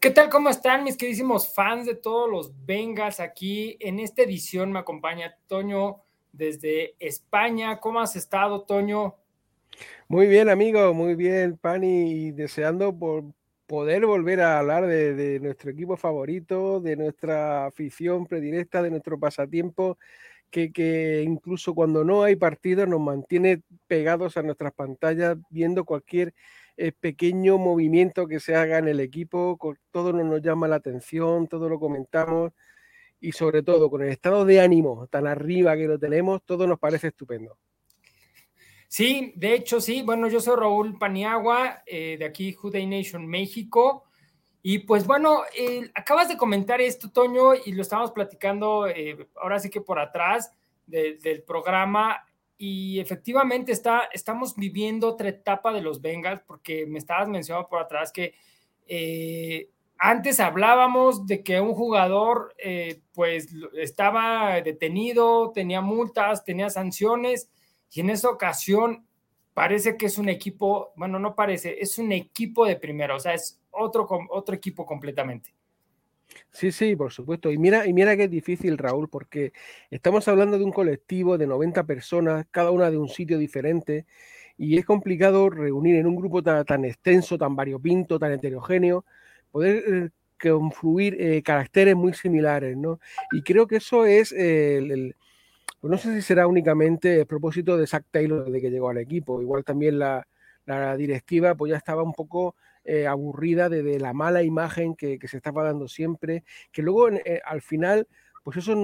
¿Qué tal? ¿Cómo están mis queridísimos fans de todos los Bengals? Aquí en esta edición me acompaña Toño desde España. ¿Cómo has estado, Toño? Muy bien, amigo, muy bien, Pani, y deseando por poder volver a hablar de nuestro equipo favorito, de nuestra afición predilecta, de nuestro pasatiempo, que incluso cuando no hay partido nos mantiene pegados a nuestras pantallas, viendo cualquier pequeño movimiento que se haga en el equipo, todo nos llama la atención, todo lo comentamos, y sobre todo con el estado de ánimo tan arriba que lo tenemos, todo nos parece estupendo. Sí, de hecho, sí. Bueno, yo soy Raúl Paniagua, de aquí, Juday Nation, México. Y pues bueno, acabas de comentar esto, Toño, y lo estábamos platicando ahora sí que por atrás del programa. Y efectivamente estamos viviendo otra etapa de los Bengals, porque me estabas mencionando por atrás que antes hablábamos de que un jugador pues estaba detenido, tenía multas, tenía sanciones, y en esa ocasión parece que es un equipo, bueno, no parece, es un equipo de primera, o sea, es otro equipo completamente. Sí, sí, por supuesto. Y mira que es difícil, Raúl, porque estamos hablando de un colectivo de 90 personas, cada una de un sitio diferente, y es complicado reunir en un grupo tan extenso, tan variopinto, tan heterogéneo, poder confluir caracteres muy similares, ¿no? Y creo que eso es pues no sé si será únicamente el propósito de Zac Taylor desde que llegó al equipo. Igual también la directiva pues ya estaba un poco aburrida de la mala imagen que se estaba dando siempre, que luego al final, pues eso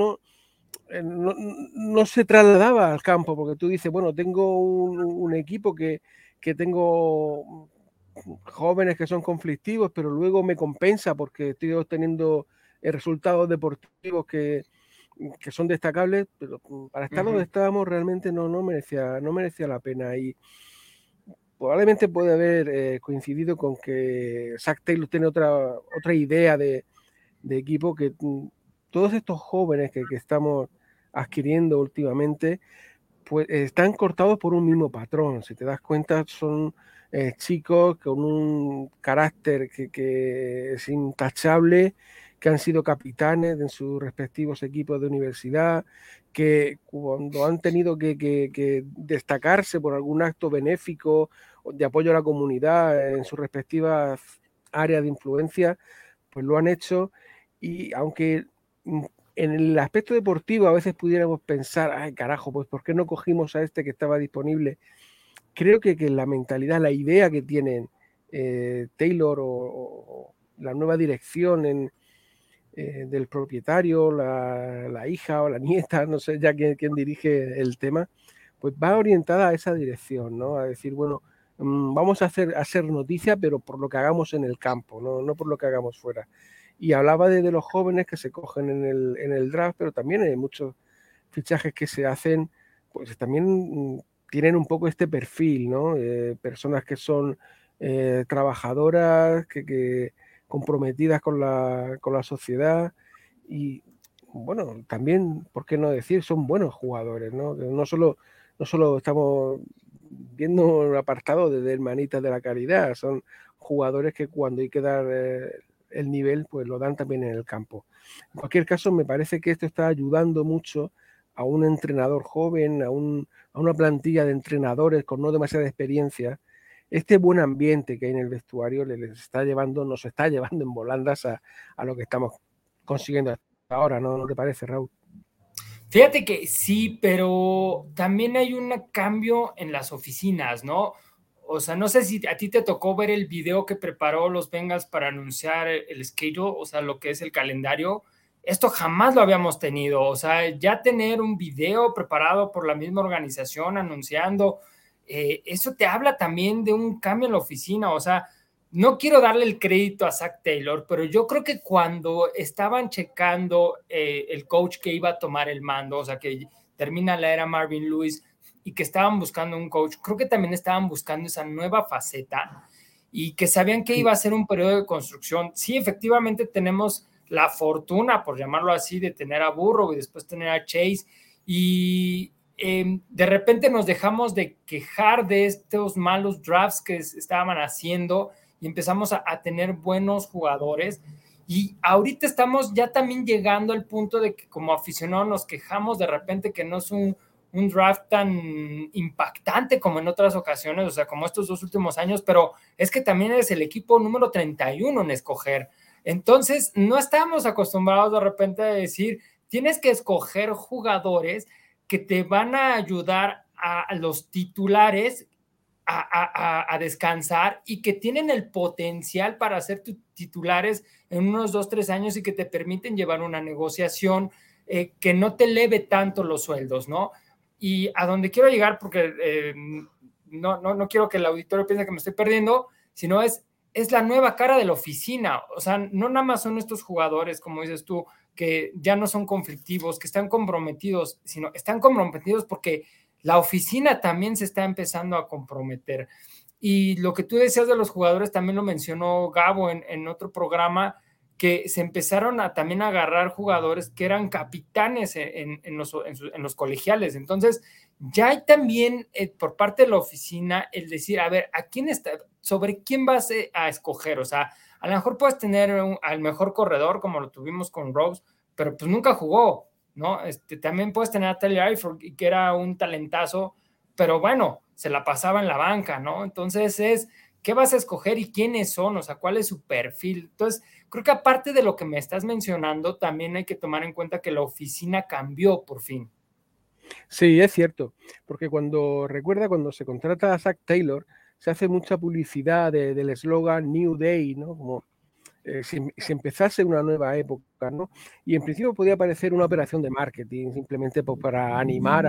no se trasladaba al campo, porque tú dices, bueno, tengo un equipo que tengo jóvenes que son conflictivos, pero luego me compensa porque estoy obteniendo resultados deportivos que son destacables, pero para estar donde estábamos realmente no merecía la pena. Y probablemente puede haber coincidido con que Zac Taylor tiene otra idea de equipo, que todos estos jóvenes que estamos adquiriendo últimamente, pues están cortados por un mismo patrón. Si te das cuenta, son chicos con un carácter que es intachable, que han sido capitanes en sus respectivos equipos de universidad, que cuando han tenido que destacarse por algún acto benéfico o de apoyo a la comunidad en sus respectivas áreas de influencia, pues lo han hecho. Y aunque en el aspecto deportivo a veces pudiéramos pensar, ay carajo, pues ¿por qué no cogimos a este que estaba disponible? Creo que la mentalidad, la idea que tienen Taylor o la nueva dirección del propietario, la hija o la nieta, no sé ya quién dirige el tema, pues va orientada a esa dirección, ¿no? A decir, bueno, vamos a hacer noticia, pero por lo que hagamos en el campo, no por lo que hagamos fuera. Y hablaba de los jóvenes que se cogen en el draft, pero también hay muchos fichajes que se hacen, pues también tienen un poco este perfil, ¿no? Personas que son trabajadoras, que comprometidas con la sociedad y, bueno, también, ¿por qué no decir? Son buenos jugadores, ¿no? No solo estamos viendo un apartado de hermanitas de la caridad, son jugadores que cuando hay que dar el nivel, pues lo dan también en el campo. En cualquier caso, me parece que esto está ayudando mucho a un entrenador joven, a una plantilla de entrenadores con no demasiada experiencia. Este buen ambiente que hay en el vestuario nos está llevando en volandas a lo que estamos consiguiendo hasta ahora, ¿no? ¿No te parece, Raúl? Fíjate que sí, pero también hay un cambio en las oficinas, ¿no? O sea, no sé si a ti te tocó ver el video que preparó los Bengals para anunciar el schedule, o sea, lo que es el calendario. Esto jamás lo habíamos tenido, o sea, ya tener un video preparado por la misma organización anunciando, eso te habla también de un cambio en la oficina, o sea, no quiero darle el crédito a Zac Taylor, pero yo creo que cuando estaban checando el coach que iba a tomar el mando, o sea, que termina la era Marvin Lewis y que estaban buscando un coach, creo que también estaban buscando esa nueva faceta y que sabían que iba Sí. a ser un periodo de construcción. Sí, efectivamente tenemos la fortuna, por llamarlo así, de tener a Burrow y después tener a Chase y de repente nos dejamos de quejar de estos malos drafts que estaban haciendo y empezamos a tener buenos jugadores. Y ahorita estamos ya también llegando al punto de que como aficionados nos quejamos de repente que no es un draft tan impactante como en otras ocasiones, o sea, como estos 2 últimos años, pero es que también eres el equipo número 31 en escoger. Entonces, no estamos acostumbrados de repente a decir, tienes que escoger jugadores que te van a ayudar a los titulares a descansar y que tienen el potencial para ser titulares en unos 2, 3 años y que te permiten llevar una negociación que no te eleve tanto los sueldos, ¿no? Y a donde quiero llegar, porque no quiero que el auditorio piense que me estoy perdiendo, sino es la nueva cara de la oficina. O sea, no nada más son estos jugadores, como dices tú, que ya no son conflictivos, que están comprometidos, sino están comprometidos porque la oficina también se está empezando a comprometer. Y lo que tú decías de los jugadores también lo mencionó Gabo en otro programa, que se empezaron a también a agarrar jugadores que eran capitanes en los colegiales. Entonces, ya hay también por parte de la oficina el decir, a ver, ¿a quién está? ¿Sobre quién vas a escoger? O sea, a lo mejor puedes tener al mejor corredor, como lo tuvimos con Rose, pero pues nunca jugó, ¿no? También puedes tener a Tyler Eifert, que era un talentazo, pero bueno, se la pasaba en la banca, ¿no? Entonces ¿qué vas a escoger y quiénes son? O sea, ¿cuál es su perfil? Entonces, creo que aparte de lo que me estás mencionando, también hay que tomar en cuenta que la oficina cambió por fin. Sí, es cierto, porque cuando se contrata a Zack Taylor, se hace mucha publicidad del eslogan New Day, ¿no? Como si empezase una nueva época, ¿no? Y en principio podía parecer una operación de marketing, simplemente pues, para animar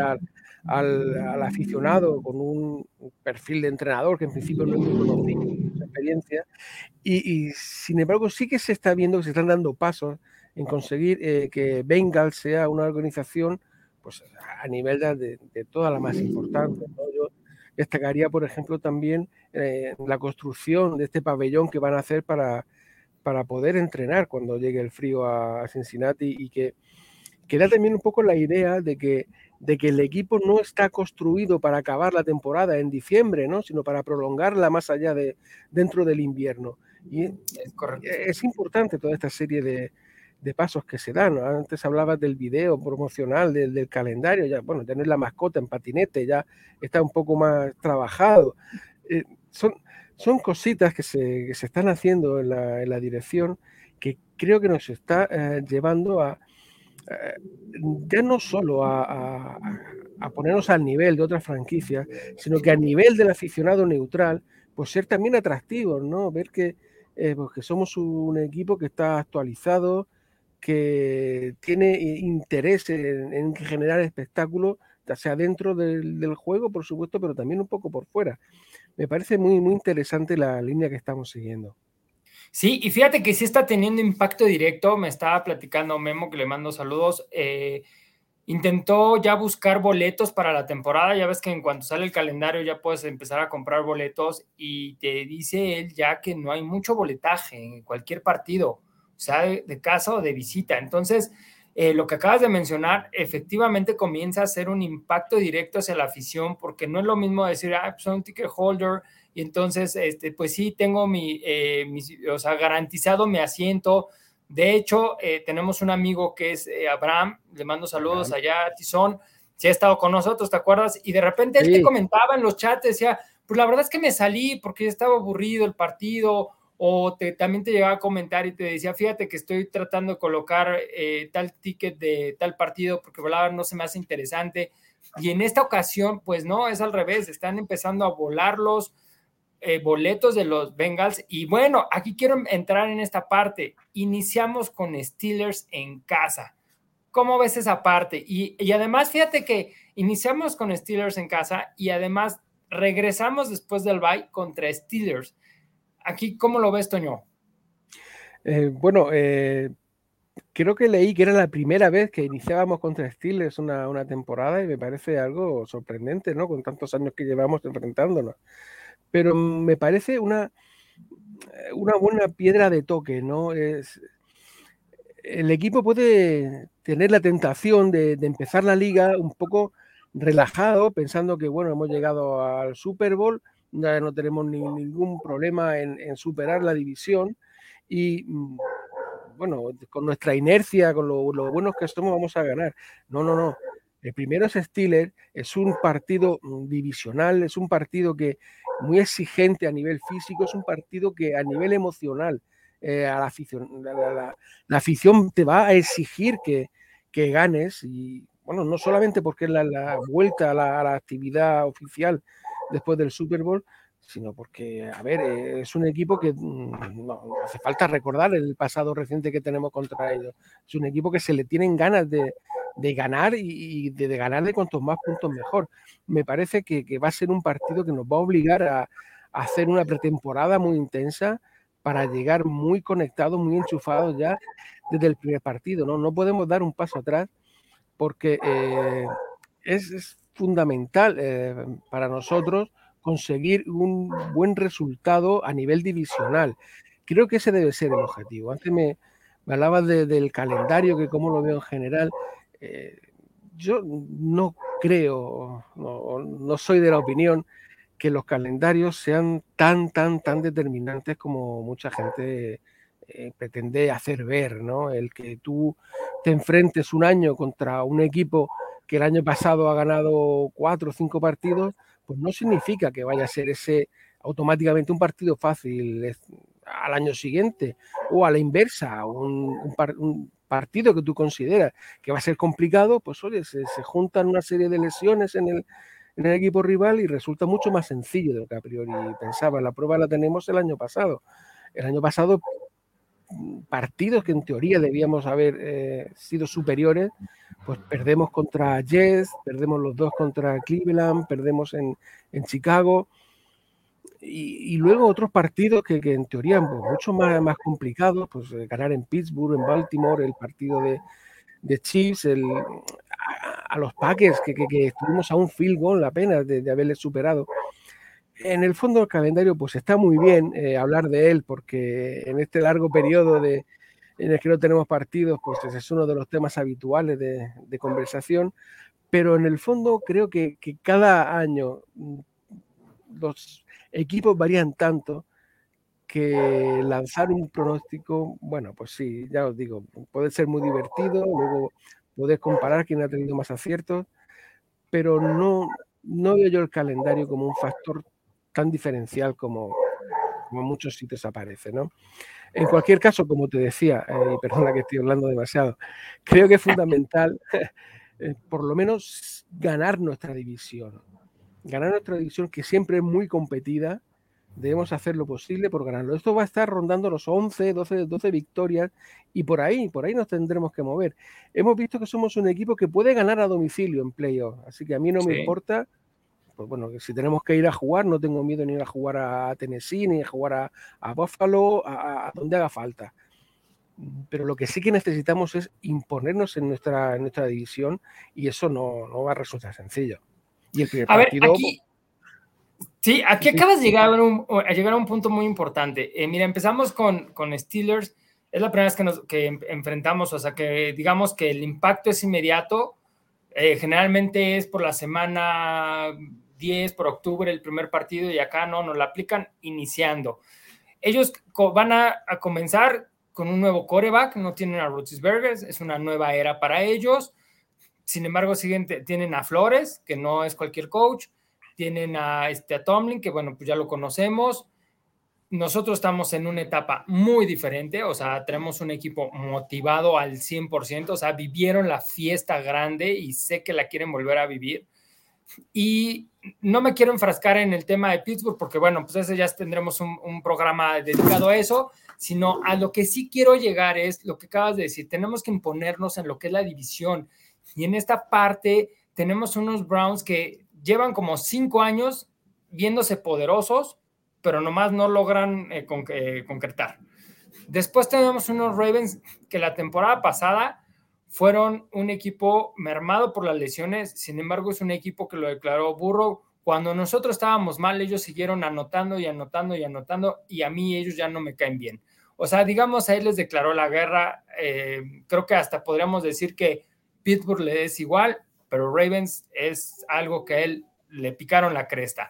al aficionado con un perfil de entrenador que en principio no es muy conocido, mucha experiencia, y sin embargo sí que se está viendo que se están dando pasos en conseguir que Bengals sea una organización pues, a nivel de toda la más importante, ¿no? Yo destacaría, por ejemplo, también la construcción de este pabellón que van a hacer para poder entrenar cuando llegue el frío a Cincinnati y que da también un poco la idea de que el equipo no está construido para acabar la temporada en diciembre, ¿no? Sino para prolongarla más allá dentro del invierno. Y Es correcto. es importante toda esta serie de pasos que se dan, ¿no? Antes hablabas del video promocional, del calendario, ya, bueno, tener la mascota en patinete ya está un poco más trabajado. Eh, son, son cositas que se están haciendo en la dirección que creo que nos está llevando a ya no solo a ponernos al nivel de otras franquicias, sino que a nivel del aficionado neutral, pues ser también atractivos, ¿no? Ver pues que somos un equipo que está actualizado, que tiene interés en generar espectáculo, ya sea dentro del juego, por supuesto, pero también un poco por fuera. Me parece muy, muy interesante la línea que estamos siguiendo. Sí, y fíjate que sí está teniendo impacto directo. Me estaba platicando Memo, que le mando saludos. Intentó ya buscar boletos para la temporada. Ya ves que en cuanto sale el calendario ya puedes empezar a comprar boletos y te dice él ya que no hay mucho boletaje en cualquier partido, o sea, de casa o de visita. Entonces, lo que acabas de mencionar efectivamente comienza a ser un impacto directo hacia la afición, porque no es lo mismo decir, pues soy un ticket holder y entonces, pues sí, tengo o sea, garantizado mi asiento. De hecho, tenemos un amigo que es Abraham, le mando saludos allá a Tizón, si ha estado con nosotros, ¿te acuerdas? Y de repente él te Sí. comentaba en los chats, decía, pues la verdad es que me salí porque estaba aburrido el partido, o también te llegaba a comentar y te decía, fíjate que estoy tratando de colocar tal ticket de tal partido porque la verdad no se me hace interesante. Y en esta ocasión, pues no, es al revés, están empezando a volarlos, boletos de los Bengals. Y bueno, aquí quiero entrar en esta parte. Iniciamos con Steelers en casa. ¿Cómo ves esa parte? Y además, fíjate que iniciamos con Steelers en casa y además regresamos después del bye contra Steelers. Aquí, ¿cómo lo ves, Toño? Bueno, creo que leí que era la primera vez que iniciábamos contra Steelers una temporada y me parece algo sorprendente, ¿no? Con tantos años que llevamos enfrentándonos. Pero me parece una buena piedra de toque, ¿no? El equipo puede tener la tentación de empezar la liga un poco relajado, pensando que, bueno, hemos llegado al Super Bowl ya no tenemos ningún problema en superar la división y bueno, con nuestra inercia, con lo buenos que somos, vamos a ganar. No. El primero es Steelers, es un partido divisional, es un partido que muy exigente a nivel físico, es un partido que a nivel emocional a la afición te va a exigir que ganes y bueno, no solamente porque es la vuelta a la actividad oficial después del Super Bowl, sino porque, a ver, es un equipo que no hace falta recordar el pasado reciente que tenemos contra ellos. Es un equipo que se le tienen ganas de ganar y de ganar de cuantos más puntos mejor. Me parece que va a ser un partido que nos va a obligar a hacer una pretemporada muy intensa para llegar muy conectados, muy enchufados ya desde el primer partido. No podemos dar un paso atrás porque es fundamental para nosotros conseguir un buen resultado a nivel divisional. Creo que ese debe ser el objetivo. Antes me hablabas del calendario, que cómo lo veo en general. Eh, yo no creo, no soy de la opinión que los calendarios sean tan determinantes como mucha gente pretende hacer ver, ¿no? El que tú te enfrentes un año contra un equipo que el año pasado ha ganado 4 o 5 partidos, pues no significa que vaya a ser ese automáticamente un partido fácil al año siguiente o a la inversa, un partido que tú consideras que va a ser complicado, pues oye, se juntan una serie de lesiones en el equipo rival y resulta mucho más sencillo de lo que a priori pensaba. La prueba la tenemos el año pasado. El año pasado partidos que en teoría debíamos haber sido superiores, pues perdemos contra Jets, perdemos los dos contra Cleveland, perdemos en Chicago y luego otros partidos que en teoría pues, mucho más complicados, pues ganar en Pittsburgh, en Baltimore, el partido de Chiefs, a los Packers que estuvimos a un field goal apenas de haberles superado. En el fondo el calendario pues está muy bien hablar de él porque en este largo periodo en el que no tenemos partidos, pues ese es uno de los temas habituales de conversación, pero en el fondo creo que cada año los equipos varían tanto que lanzar un pronóstico, bueno, pues sí, ya os digo, puede ser muy divertido, luego podés comparar quién ha tenido más aciertos, pero no veo yo el calendario como un factor tan diferencial como en muchos sitios aparece, ¿no? En cualquier caso, como te decía, y perdona que estoy hablando demasiado, creo que es fundamental por lo menos ganar nuestra división. Ganar nuestra división, que siempre es muy competida, debemos hacer lo posible por ganarlo. Esto va a estar rondando los 11, 12 victorias y por ahí nos tendremos que mover. Hemos visto que somos un equipo que puede ganar a domicilio en playoff, así que a mí no me Sí. importa. Pues bueno, si tenemos que ir a jugar, no tengo miedo ni ir a jugar a Tennessee, ni a jugar a Buffalo, a donde haga falta. Pero lo que sí que necesitamos es imponernos en nuestra división y eso no va a resultar sencillo. Y el primer A ver, partido... aquí, sí, aquí Sí, acabas de llegar a llegar a un punto muy importante. Mira, empezamos con Steelers. Es la primera vez que enfrentamos, o sea, que digamos que el impacto es inmediato. Generalmente es por la semana 10, por octubre, el primer partido, y acá no, nos la aplican iniciando. Ellos van a comenzar con un nuevo quarterback, no tienen a Roethlisberger, es una nueva era para ellos. Sin embargo, tienen a Flores, que no es cualquier coach, tienen a Tomlin, que bueno, pues ya lo conocemos. Nosotros estamos en una etapa muy diferente, o sea, tenemos un equipo motivado al 100%, o sea, vivieron la fiesta grande y sé que la quieren volver a vivir. Y no me quiero enfrascar en el tema de Pittsburgh, porque bueno, pues ese ya tendremos un programa dedicado a eso, sino a lo que sí quiero llegar es lo que acabas de decir, tenemos que imponernos en lo que es la división. Y en esta parte tenemos unos Browns que llevan como 5 años viéndose poderosos, pero nomás no logran concretar. Después tenemos unos Ravens que la temporada pasada fueron un equipo mermado por las lesiones, sin embargo es un equipo que lo declaró Burrow. Cuando nosotros estábamos mal, ellos siguieron anotando y anotando y anotando, y a mí ellos ya no me caen bien. O sea, digamos, a él les declaró la guerra. Creo que hasta podríamos decir que Pittsburgh le es igual, pero Ravens es algo que a él le picaron la cresta.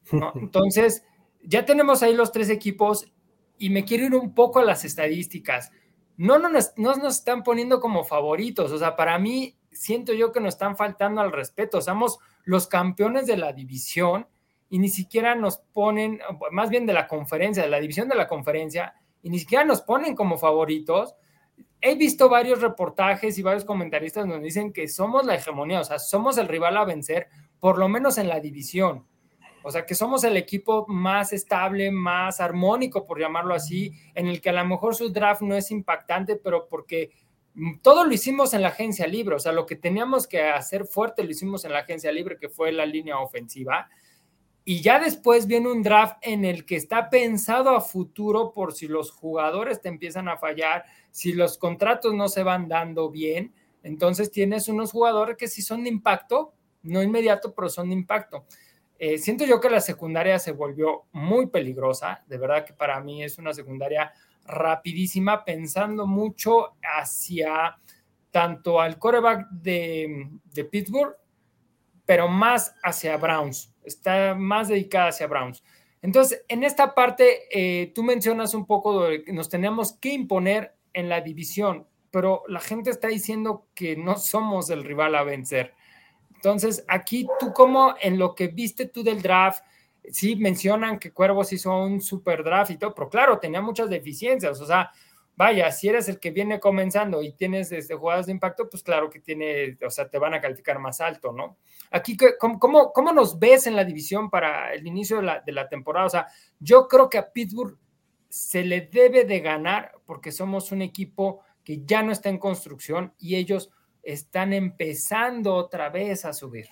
¿no? Entonces, ya tenemos ahí los 3 equipos y me quiero ir un poco a las estadísticas. No nos están poniendo como favoritos, o sea, para mí siento yo que nos están faltando al respeto, somos los campeones de la división y ni siquiera nos ponen, más bien de la conferencia, de la división de la conferencia, y ni siquiera nos ponen como favoritos. He visto varios reportajes y varios comentaristas nos dicen que somos la hegemonía, o sea, somos el rival a vencer, por lo menos en la división. O sea, que somos el equipo más estable, más armónico, por llamarlo así, en el que a lo mejor su draft no es impactante, pero porque todo lo hicimos en la agencia libre. O sea, lo que teníamos que hacer fuerte lo hicimos en la agencia libre, que fue la línea ofensiva. Y ya después viene un draft en el que está pensado a futuro por si los jugadores te empiezan a fallar, si los contratos no se van dando bien. Entonces tienes unos jugadores que sí son de impacto, no inmediato, pero son de impacto. Siento yo que la secundaria se volvió muy peligrosa. De verdad que para mí es una secundaria rapidísima, pensando mucho hacia tanto al quarterback de Pittsburgh, pero más hacia Browns, está más dedicada hacia Browns. Entonces, en esta parte, tú mencionas un poco de que nos tenemos que imponer en la división, pero la gente está diciendo que no somos el rival a vencer. Entonces, aquí tú como en lo que viste tú del draft, sí mencionan que Cuervos hizo un super draft y todo, pero claro, tenía muchas deficiencias, o sea, vaya, si eres el que viene comenzando y tienes jugadas de impacto, pues claro que tiene, o sea, te van a calificar más alto, ¿no? Aquí, ¿cómo nos ves en la división para el inicio de la temporada? O sea, yo creo que a Pittsburgh se le debe de ganar porque somos un equipo que ya no está en construcción y ellos están empezando otra vez a subir.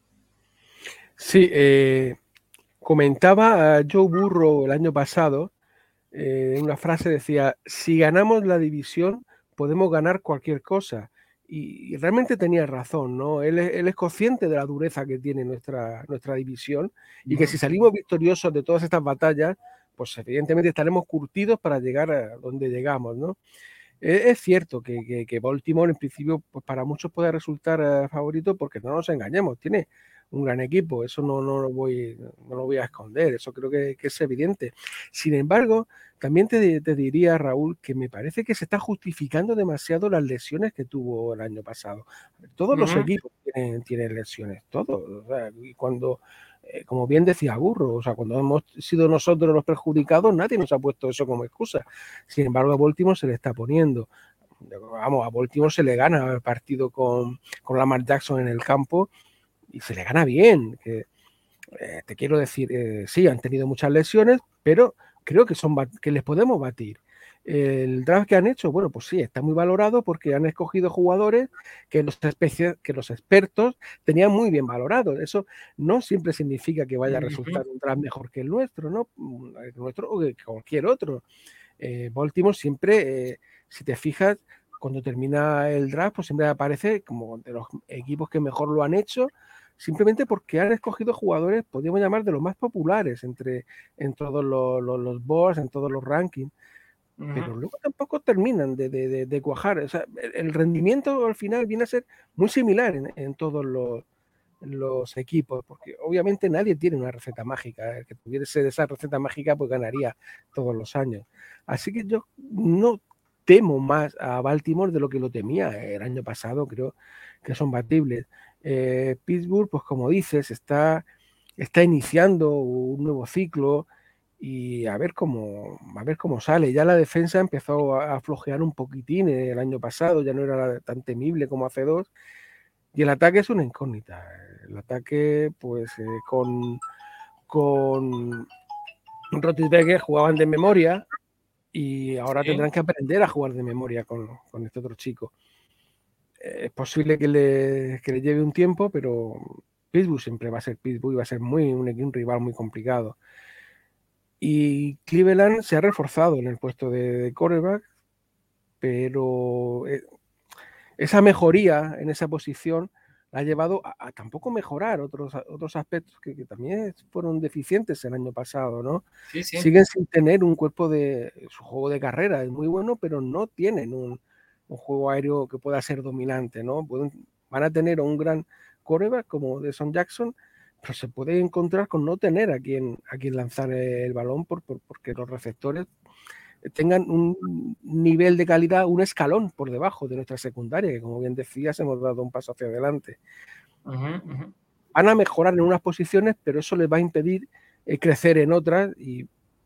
Sí, comentaba a Joe Burrow el año pasado, una frase decía, si ganamos la división, podemos ganar cualquier cosa. Y realmente tenía razón, ¿no? Él es consciente de la dureza que tiene nuestra división y que si salimos victoriosos de todas estas batallas, pues evidentemente estaremos curtidos para llegar a donde llegamos, ¿no? Es cierto que Baltimore en principio pues para muchos puede resultar favorito porque no nos engañemos, tiene un gran equipo, eso no lo voy a esconder, eso creo que es evidente. Sin embargo, también te diría, Raúl, que me parece que se está justificando demasiado las lesiones que tuvo el año pasado. Todos los equipos tienen lesiones, todos. O sea, y cuando, como bien decía Burro, o sea, cuando hemos sido nosotros los perjudicados, nadie nos ha puesto eso como excusa. Sin embargo, a Baltimore se le está poniendo. Vamos, a Baltimore se le gana el partido con Lamar Jackson en el campo y se le gana bien. Te quiero decir, sí, han tenido muchas lesiones, pero creo que les podemos batir. El draft que han hecho, bueno, pues sí, está muy valorado porque han escogido jugadores que los expertos tenían muy bien valorados. Eso no siempre significa que vaya a resultar un draft mejor que el nuestro, ¿no? El nuestro o que cualquier otro. Baltimore siempre, si te fijas, cuando termina el draft, pues siempre aparece como de los equipos que mejor lo han hecho, simplemente porque han escogido jugadores, podríamos llamar, de los más populares en todos los boards, en todos los rankings, pero luego tampoco terminan de cuajar. O sea, el rendimiento al final viene a ser muy similar en todos los equipos, porque obviamente nadie tiene una receta mágica. El que tuviese esa receta mágica, pues ganaría todos los años. Así que yo no temo más a Baltimore de lo que lo temía el año pasado, creo que son batibles. Pittsburgh, pues como dices, está iniciando un nuevo ciclo y a ver cómo sale. Ya la defensa empezó a flojear un poquitín el año pasado, ya no era tan temible como hace 2, y el ataque es una incógnita. El ataque, pues con Roethlisberger jugaban de memoria y ahora tendrán que aprender a jugar de memoria con este otro chico. Es posible que le lleve un tiempo, pero Pittsburgh siempre va a ser Pittsburgh y va a ser un rival muy complicado. Y Cleveland se ha reforzado en el puesto de quarterback, pero esa mejoría en esa posición la ha llevado a tampoco mejorar otros aspectos que también fueron deficientes el año pasado, ¿no? Sí, sí. Siguen sin tener un cuerpo su juego de carrera es muy bueno, pero no tienen un juego aéreo que pueda ser dominante, ¿no? Van a tener un gran quarterback como Deshaun Jackson, pero se puede encontrar con no tener a quien lanzar el balón porque los receptores tengan un nivel de calidad, un escalón por debajo de nuestra secundaria, que como bien decías, hemos dado un paso hacia adelante. Van a mejorar en unas posiciones, pero eso les va a impedir crecer en otras, y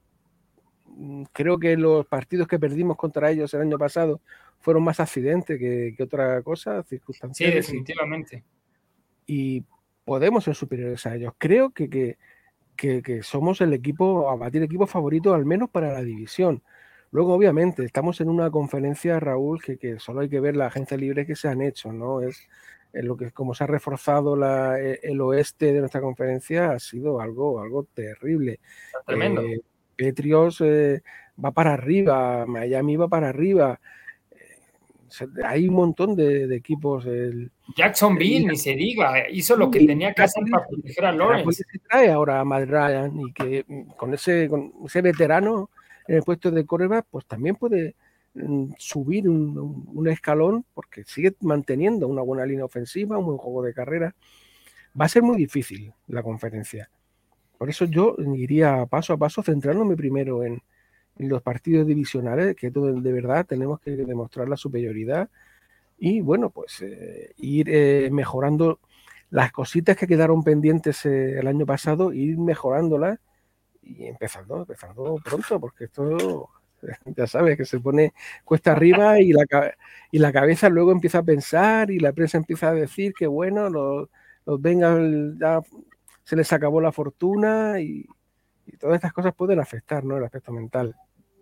creo que los partidos que perdimos contra ellos el año pasado fueron más accidentes que otra cosa, Sí, circunstanciales, definitivamente. y podemos ser superiores a ellos. Creo que somos el equipo, a batir equipo favorito, al menos para la división. Luego, obviamente, estamos en una conferencia, Raúl, que solo hay que ver las agencias libres que se han hecho, ¿no? Es lo que, como se ha reforzado el oeste de nuestra conferencia, ha sido algo terrible. Está tremendo. Patriots va para arriba, Miami va para arriba. Hay un montón de equipos. Jacksonville, ni se diga, hizo lo que tenía que hacer para proteger a Lawrence. Se trae ahora a Matt Ryan, y que con ese veterano en el puesto de quarterback, pues también puede subir un escalón, porque sigue manteniendo una buena línea ofensiva, un buen juego de carrera. Va a ser muy difícil la conferencia. Por eso yo iría paso a paso, centrándome primero en los partidos divisionales, que de verdad tenemos que demostrar la superioridad, y bueno, pues ir mejorando las cositas que quedaron pendientes el año pasado, ir mejorándolas y empezando pronto, porque esto ya sabes que se pone cuesta arriba, y la cabeza luego empieza a pensar, y la prensa empieza a decir que bueno, los Bengals ya se les acabó la fortuna, y todas estas cosas pueden afectar, ¿no?, el aspecto mental.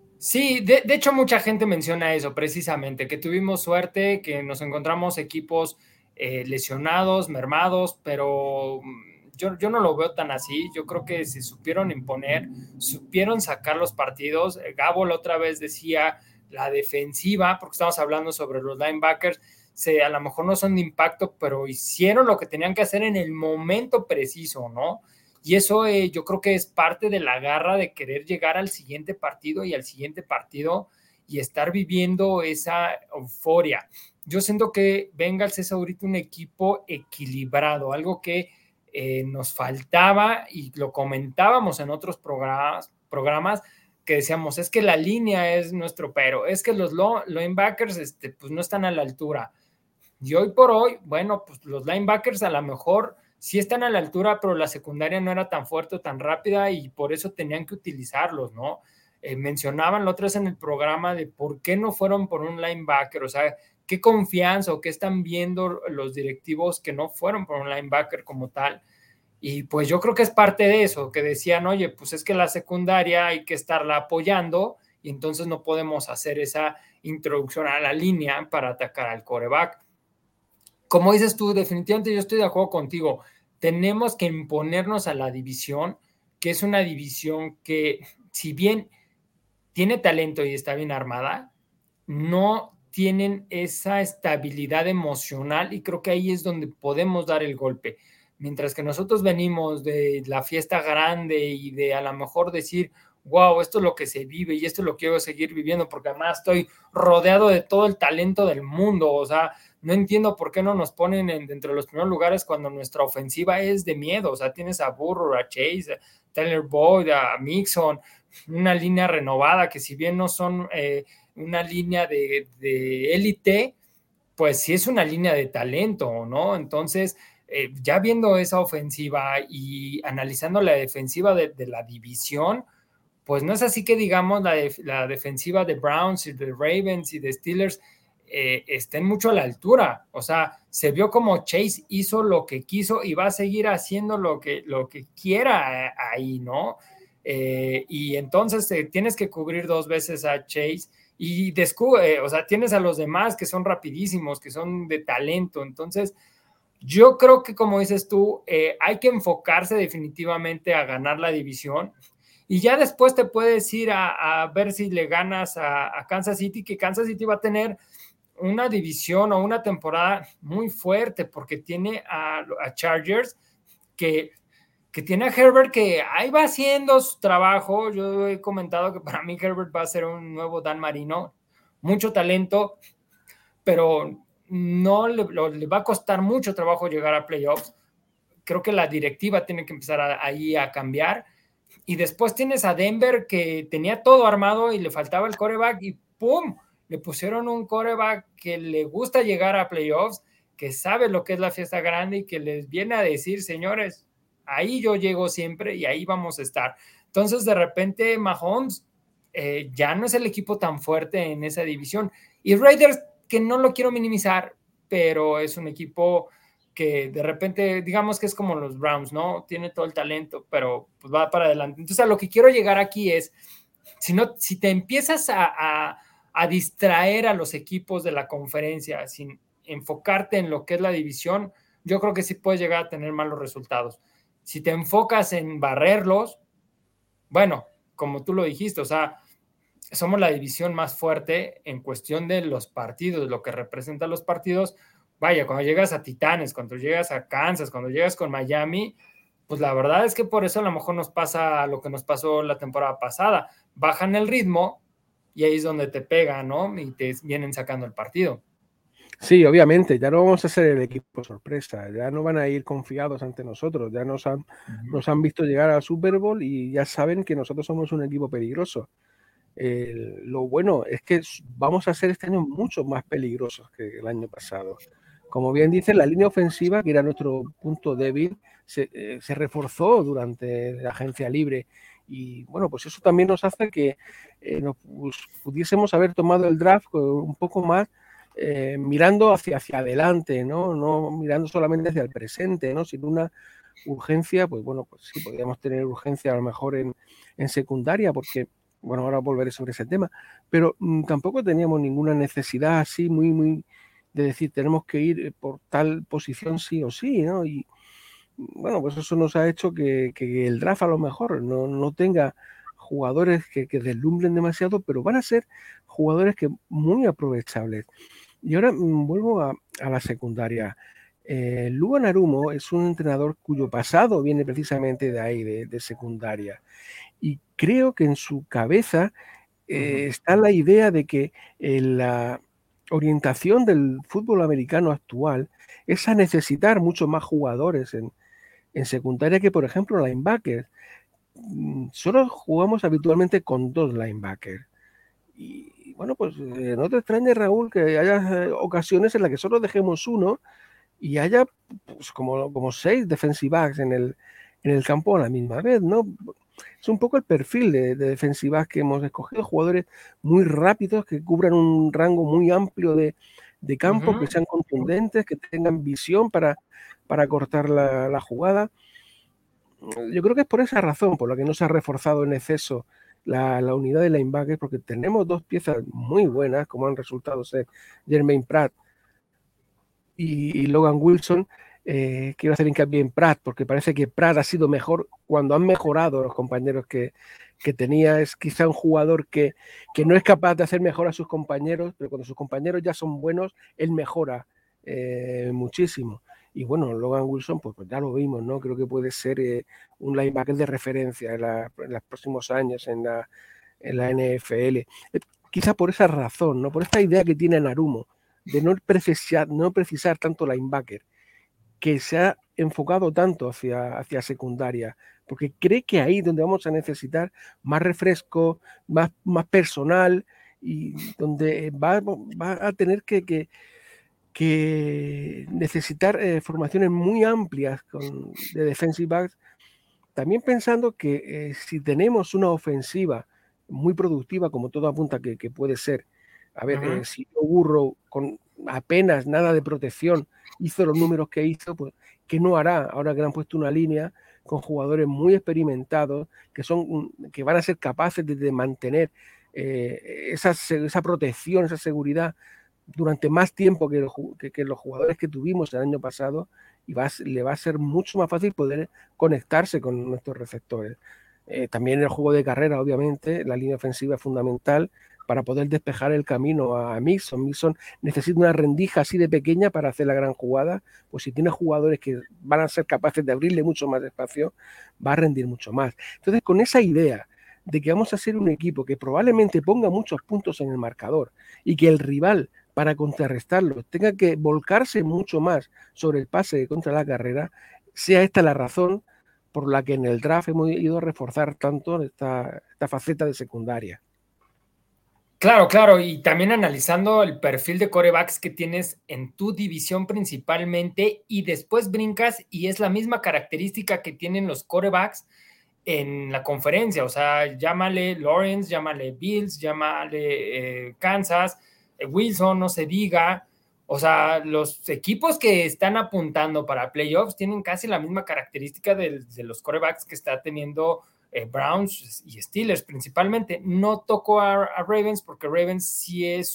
Sí, de hecho mucha gente menciona eso precisamente, que tuvimos suerte, que nos encontramos equipos lesionados, mermados, pero yo no lo veo tan así. Yo creo que se supieron imponer, supieron sacar los partidos. Gabo la otra vez decía la defensiva, porque estamos hablando sobre los linebackers, a lo mejor no son de impacto, pero hicieron lo que tenían que hacer en el momento preciso, ¿no? Y eso yo creo que es parte de la garra de querer llegar al siguiente partido y al siguiente partido y estar viviendo esa euforia. Yo siento que Bengals es ahorita un equipo equilibrado, algo que nos faltaba, y lo comentábamos en otros programas que decíamos, es que la línea es nuestro pero, es que los linebackers pues no están a la altura. Y hoy por hoy, bueno, pues los linebackers a lo mejor sí están a la altura, pero la secundaria no era tan fuerte o tan rápida, y por eso tenían que utilizarlos, ¿no? Mencionaban la otra vez en el programa de por qué no fueron por un linebacker, o sea, qué confianza o qué están viendo los directivos que no fueron por un linebacker como tal. Y pues yo creo que es parte de eso, que decían, oye, pues es que la secundaria hay que estarla apoyando, y entonces no podemos hacer esa introducción a la línea para atacar al quarterback. Como dices tú, definitivamente yo estoy de acuerdo contigo. Tenemos que imponernos a la división, que es una división que, si bien tiene talento y está bien armada, no tienen esa estabilidad emocional, y creo que ahí es donde podemos dar el golpe. Mientras que nosotros venimos de la fiesta grande y de a lo mejor decir, wow, esto es lo que se vive y esto lo quiero seguir viviendo, porque además estoy rodeado de todo el talento del mundo. O sea, no entiendo por qué no nos ponen dentro de los primeros lugares cuando nuestra ofensiva es de miedo. O sea, tienes a Burrow, a Chase, a Tyler Boyd, a Mixon, una línea renovada que, si bien no son una línea de élite, pues sí es una línea de talento, ¿no? Entonces, ya viendo esa ofensiva y analizando la defensiva de la división, pues no es así que digamos la defensiva de Browns y de Ravens y de Steelers estén mucho a la altura. O sea, se vio como Chase hizo lo que quiso y va a seguir haciendo lo que quiera ahí, ¿no? Y entonces tienes que cubrir dos veces a Chase y descubre, o sea, tienes a los demás que son rapidísimos, que son de talento. Entonces, yo creo que, como dices tú, hay que enfocarse definitivamente a ganar la división, y ya después te puedes ir a ver si le ganas a Kansas City, que Kansas City va a tener una división o una temporada muy fuerte, porque tiene a Chargers que tiene a Herbert, que ahí va haciendo su trabajo. Yo he comentado que para mí Herbert va a ser un nuevo Dan Marino, mucho talento, pero no le va a costar mucho trabajo llegar a playoffs. creo que la directiva tiene que empezar ahí a cambiar. Y después tienes a Denver, que tenía todo armado y le faltaba el quarterback, y ¡pum! Le pusieron un quarterback que le gusta llegar a playoffs, que sabe lo que es la fiesta grande y que les viene a decir, señores, ahí yo llego siempre y ahí vamos a estar. Entonces, de repente, Mahomes ya no es el equipo tan fuerte en esa división. Y Raiders, que no lo quiero minimizar, pero es un equipo que de repente, digamos que es como los Browns, ¿no? Tiene todo el talento, pero pues va para adelante. Entonces, a lo que quiero llegar aquí es, si te empiezas a distraer a los equipos de la conferencia sin enfocarte en lo que es la división, yo creo que sí puedes llegar a tener malos resultados. Si te enfocas en barrerlos, bueno, como tú lo dijiste, o sea, somos la división más fuerte en cuestión de los partidos, lo que representan los partidos. Vaya, cuando llegas a Titanes, cuando llegas a Kansas, cuando llegas con Miami, pues la verdad es que por eso a lo mejor nos pasa lo que nos pasó la temporada pasada. Bajan el ritmo y ahí es donde te pegan, ¿no? Y te vienen sacando el partido. Sí, obviamente, ya no vamos a ser el equipo sorpresa, ya no van a ir confiados ante nosotros, ya nos han visto llegar al Super Bowl y ya saben que nosotros somos un equipo peligroso. Lo bueno es que vamos a ser este año mucho más peligrosos que el año pasado. Como bien dice, la línea ofensiva, que era nuestro punto débil, se reforzó durante la agencia libre. Y bueno, pues eso también nos hace que nos pudiésemos haber tomado el draft un poco más mirando hacia adelante, ¿no? No mirando solamente hacia el presente, ¿no? Sin una urgencia, pues bueno, pues sí, podríamos tener urgencia a lo mejor en secundaria, porque, bueno, ahora volveré sobre ese tema, pero tampoco teníamos ninguna necesidad así muy de decir, tenemos que ir por tal posición sí o sí, ¿no? Y bueno, pues eso nos ha hecho que el draft a lo mejor no tenga jugadores que deslumbren demasiado, pero van a ser jugadores que muy aprovechables. Y ahora vuelvo a la secundaria. Lugo Narumo es un entrenador cuyo pasado viene precisamente de ahí, de secundaria. Y creo que en su cabeza está la idea de que la orientación del fútbol americano actual es a necesitar mucho más jugadores en secundaria que, por ejemplo, linebackers. Solo jugamos habitualmente con 2 linebackers. Y bueno, pues no te extrañe, Raúl, que haya ocasiones en las que solo dejemos uno y haya pues, como 6 defensive backs en el campo a la misma vez, ¿no? Es un poco el perfil de defensive backs que hemos escogido, jugadores muy rápidos que cubran un rango muy amplio de campo, que sean contundentes, que tengan visión para cortar la jugada. Yo creo que es por esa razón por la que no se ha reforzado en exceso la unidad de linebackers, porque tenemos 2 piezas muy buenas, como han resultado ser Jermaine Pratt y Logan Wilson. Quiero hacer hincapié en Pratt, porque parece que Pratt ha sido mejor cuando han mejorado los compañeros que tenía. Es quizá un jugador que no es capaz de hacer mejor a sus compañeros, pero cuando sus compañeros ya son buenos, él mejora muchísimo. Y bueno, Logan Wilson, pues ya lo vimos, ¿no? Creo que puede ser un linebacker de referencia en los próximos años en la NFL. Quizá por esa razón, ¿no? Por esta idea que tiene Narumo de no precisar tanto linebacker, que se ha enfocado tanto hacia secundaria, porque cree que ahí es donde vamos a necesitar más refresco, más personal, y donde va a tener que necesitar formaciones muy amplias de defensive backs, también pensando que si tenemos una ofensiva muy productiva, como todo apunta que puede ser, a ver, si Burrow con apenas nada de protección hizo los números que hizo, pues ¿qué no hará ahora que le han puesto una línea con jugadores muy experimentados que van a ser capaces de mantener esa protección, esa seguridad durante más tiempo que los jugadores que tuvimos el año pasado, y le va a ser mucho más fácil poder conectarse con nuestros receptores. También el juego de carrera, obviamente, la línea ofensiva es fundamental para poder despejar el camino a Mixon. Mixon necesita una rendija así de pequeña para hacer la gran jugada, pues si tiene jugadores que van a ser capaces de abrirle mucho más espacio, va a rendir mucho más. Entonces, con esa idea de que vamos a ser un equipo que probablemente ponga muchos puntos en el marcador y que el rival, para contrarrestarlo, tenga que volcarse mucho más sobre el pase contra la carrera, sea esta la razón por la que en el draft hemos ido a reforzar tanto esta faceta de secundaria. Claro, claro, y también analizando el perfil de corebacks que tienes en tu división principalmente y después brincas y es la misma característica que tienen los corebacks en la conferencia, o sea, llámale Lawrence, llámale Bills, llámale Kansas, Wilson, no se diga, o sea, los equipos que están apuntando para playoffs tienen casi la misma característica de los corebacks que está teniendo Browns y Steelers principalmente. No tocó a Ravens porque Ravens sí es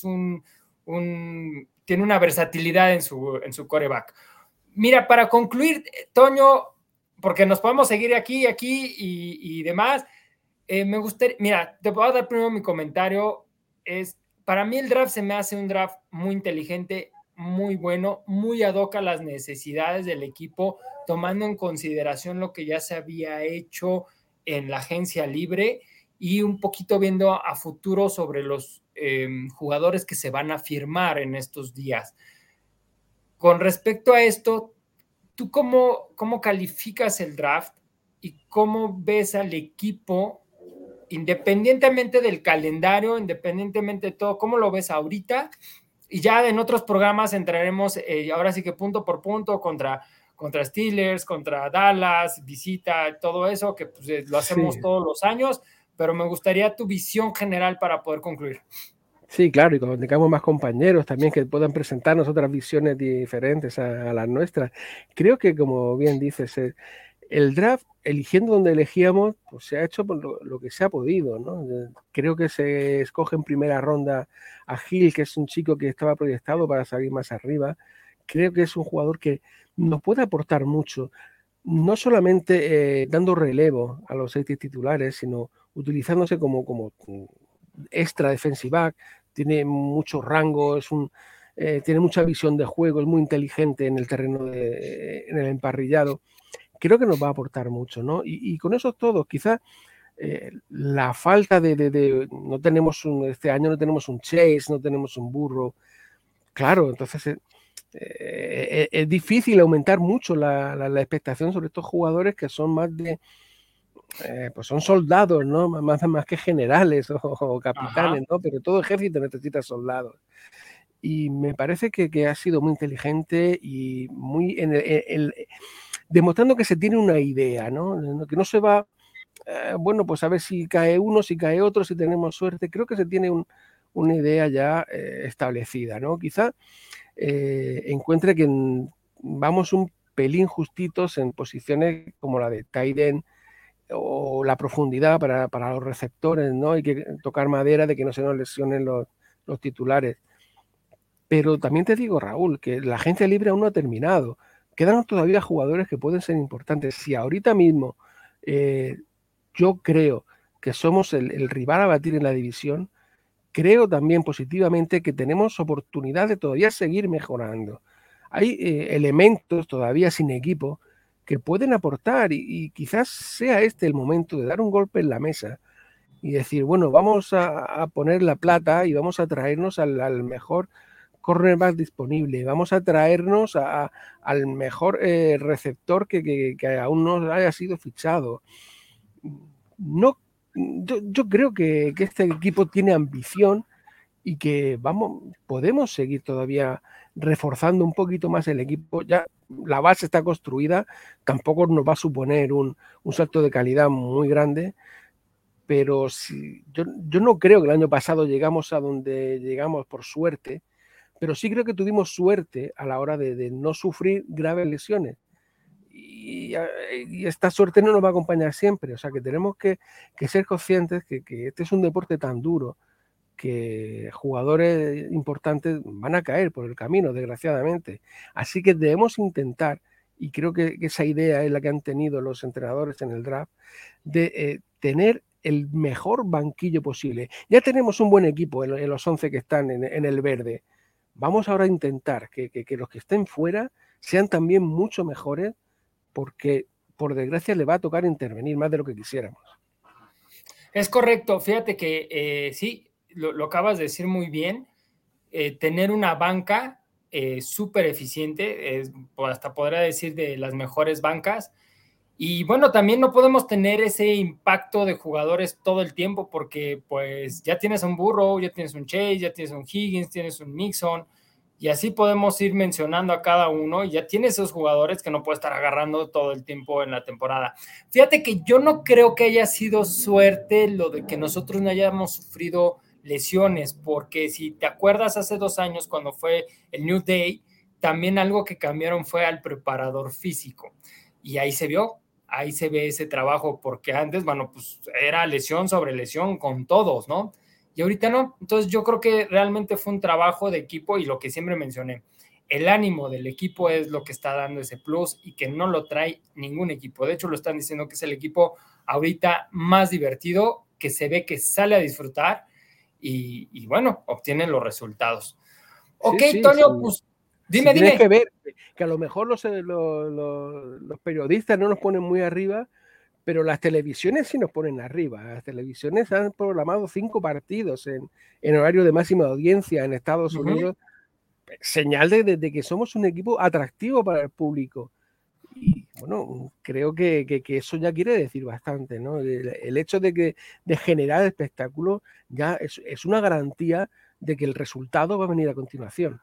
tiene una versatilidad en su coreback. Mira, para concluir, Toño, porque nos podemos seguir aquí y demás, me gustaría, mira, te voy a dar primero mi comentario, para mí el draft se me hace un draft muy inteligente, muy bueno, muy ad hoc a las necesidades del equipo, tomando en consideración lo que ya se había hecho en la agencia libre y un poquito viendo a futuro sobre los jugadores que se van a firmar en estos días. Con respecto a esto, ¿tú cómo calificas el draft y cómo ves al equipo, independientemente del calendario, independientemente de todo, cómo lo ves ahorita? Y ya en otros programas entraremos, ahora sí que punto por punto, contra Steelers, contra Dallas, visita, todo eso, que pues, lo hacemos Sí, todos los años, pero me gustaría tu visión general para poder concluir. sí, claro, y cuando tengamos más compañeros también que puedan presentarnos otras visiones diferentes a las nuestras. Creo que, como bien dices, el draft, eligiendo donde elegíamos, pues se ha hecho por lo que se ha podido, ¿no? Creo que se escoge en primera ronda a Gil, que es un chico que estaba proyectado para salir más arriba. Creo que es un jugador que nos puede aportar mucho, no solamente dando relevo a los 6 titulares, sino utilizándose como extra defensive back, tiene mucho rango, tiene mucha visión de juego, es muy inteligente en el terreno, en el emparrillado. Creo que nos va a aportar mucho, ¿no? Y con esos todos, quizás la falta no tenemos este año no tenemos un Chase, no tenemos un Burro, claro, entonces es difícil aumentar mucho la expectación sobre estos jugadores que son más pues son soldados, ¿no? Más que generales o Ajá. capitanes, ¿no? Pero todo ejército necesita soldados. Y me parece que ha sido muy inteligente y muy demostrando que se tiene una idea, ¿no? Que no se va, bueno, pues a ver si cae uno, si cae otro, si tenemos suerte. Creo que se tiene una idea ya establecida, ¿no? Quizá encuentre que vamos un pelín justitos en posiciones como la de tight end o la profundidad para los receptores, ¿no? Hay que tocar madera de que no se nos lesionen los titulares. Pero también te digo, Raúl, que la agencia libre aún no ha terminado. Quedan todavía jugadores que pueden ser importantes. Si ahorita mismo yo creo que somos el rival a batir en la división, creo también positivamente que tenemos oportunidad de todavía seguir mejorando. Hay elementos todavía sin equipo que pueden aportar y quizás sea este el momento de dar un golpe en la mesa y decir, bueno, vamos a poner la plata y vamos a traernos al mejor cornerback disponible, vamos a traernos al mejor receptor que aún no haya sido fichado. No, yo creo que este equipo tiene ambición y que podemos seguir todavía reforzando un poquito más el equipo. Ya la base está construida, tampoco nos va a suponer un salto de calidad muy grande, pero yo no creo que el año pasado llegamos a donde llegamos por suerte, pero sí creo que tuvimos suerte a la hora de no sufrir graves lesiones. Y esta suerte no nos va a acompañar siempre, o sea que tenemos que ser conscientes que este es un deporte tan duro que jugadores importantes van a caer por el camino, desgraciadamente. Así que debemos intentar, y creo que esa idea es la que han tenido los entrenadores en el draft, de tener el mejor banquillo posible. Ya tenemos un buen equipo en los 11 que están en el verde. Vamos ahora a intentar que los que estén fuera sean también mucho mejores, porque por desgracia le va a tocar intervenir más de lo que quisiéramos. Es correcto, fíjate que sí, lo acabas de decir muy bien. Tener una banca súper eficiente, hasta podría decir de las mejores bancas. Y bueno, también no podemos tener ese impacto de jugadores todo el tiempo porque pues ya tienes un Burrow, ya tienes un Chase, ya tienes un Higgins, tienes un Mixon, y así podemos ir mencionando a cada uno y ya tienes esos jugadores que no puede estar agarrando todo el tiempo en la temporada. Fíjate que yo no creo que haya sido suerte lo de que nosotros no hayamos sufrido lesiones, porque si te acuerdas hace 2 años cuando fue el New Day, también algo que cambiaron fue al preparador físico y ahí se ve ese trabajo, porque antes, bueno, pues era lesión sobre lesión con todos, ¿no? Y ahorita no. Entonces yo creo que realmente fue un trabajo de equipo y lo que siempre mencioné, el ánimo del equipo es lo que está dando ese plus y que no lo trae ningún equipo. De hecho, lo están diciendo que es el equipo ahorita más divertido, que se ve que sale a disfrutar y bueno, obtienen los resultados. Ok, Sí, sí, Toño, sí. pues Si dime, tienes que dime. ver que a lo mejor los periodistas no nos ponen muy arriba, pero las televisiones sí nos ponen arriba. Las televisiones han programado 5 partidos en horario de máxima audiencia en Estados Uh-huh. Unidos, señal de que somos un equipo atractivo para el público. Y bueno, creo que eso ya quiere decir bastante, ¿no? El hecho de generar espectáculo ya es una garantía de que el resultado va a venir a continuación.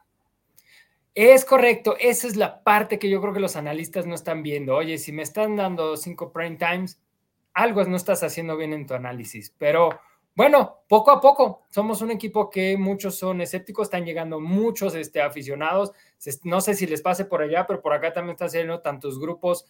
Es correcto, esa es la parte que yo creo que los analistas no están viendo. Oye, si me están dando 5 prime times, algo no estás haciendo bien en tu análisis. Pero bueno, poco a poco, somos un equipo que muchos son escépticos, están llegando muchos aficionados. No sé si les pase por allá, pero por acá también están saliendo tantos grupos,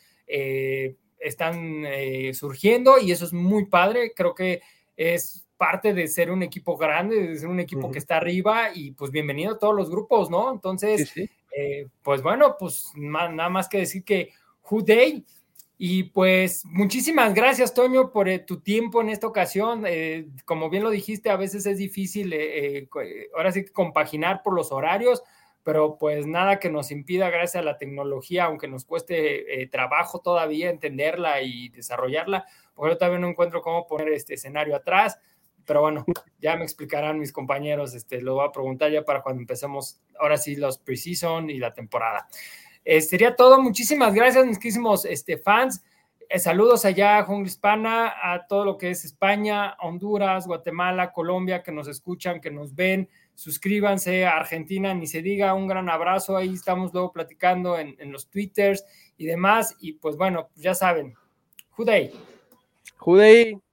están surgiendo y eso es muy padre. Creo que es parte de ser un equipo grande, de ser un equipo que está arriba y pues bienvenido a todos los grupos, ¿no? Sí, Entonces, sí. pues bueno, pues nada más que decir que Who Day. Y pues muchísimas gracias, Toño, por tu tiempo en esta ocasión. Como bien lo dijiste, a veces es difícil, ahora sí que compaginar por los horarios, pero pues nada que nos impida, gracias a la tecnología, aunque nos cueste trabajo todavía entenderla y desarrollarla, porque yo todavía no encuentro cómo poner este escenario atrás, pero bueno, ya me explicarán mis compañeros, lo voy a preguntar ya para cuando empecemos, ahora sí, los preseason y la temporada. Sería todo. Muchísimas gracias, mis queridos fans. Saludos allá a Jungla Hispana, a todo lo que es España, Honduras, Guatemala, Colombia, que nos escuchan, que nos ven. Suscríbanse a Argentina, ni se diga. Un gran abrazo. Ahí estamos luego platicando en los Twitters y demás. Y pues bueno, ya saben. Juday. Jude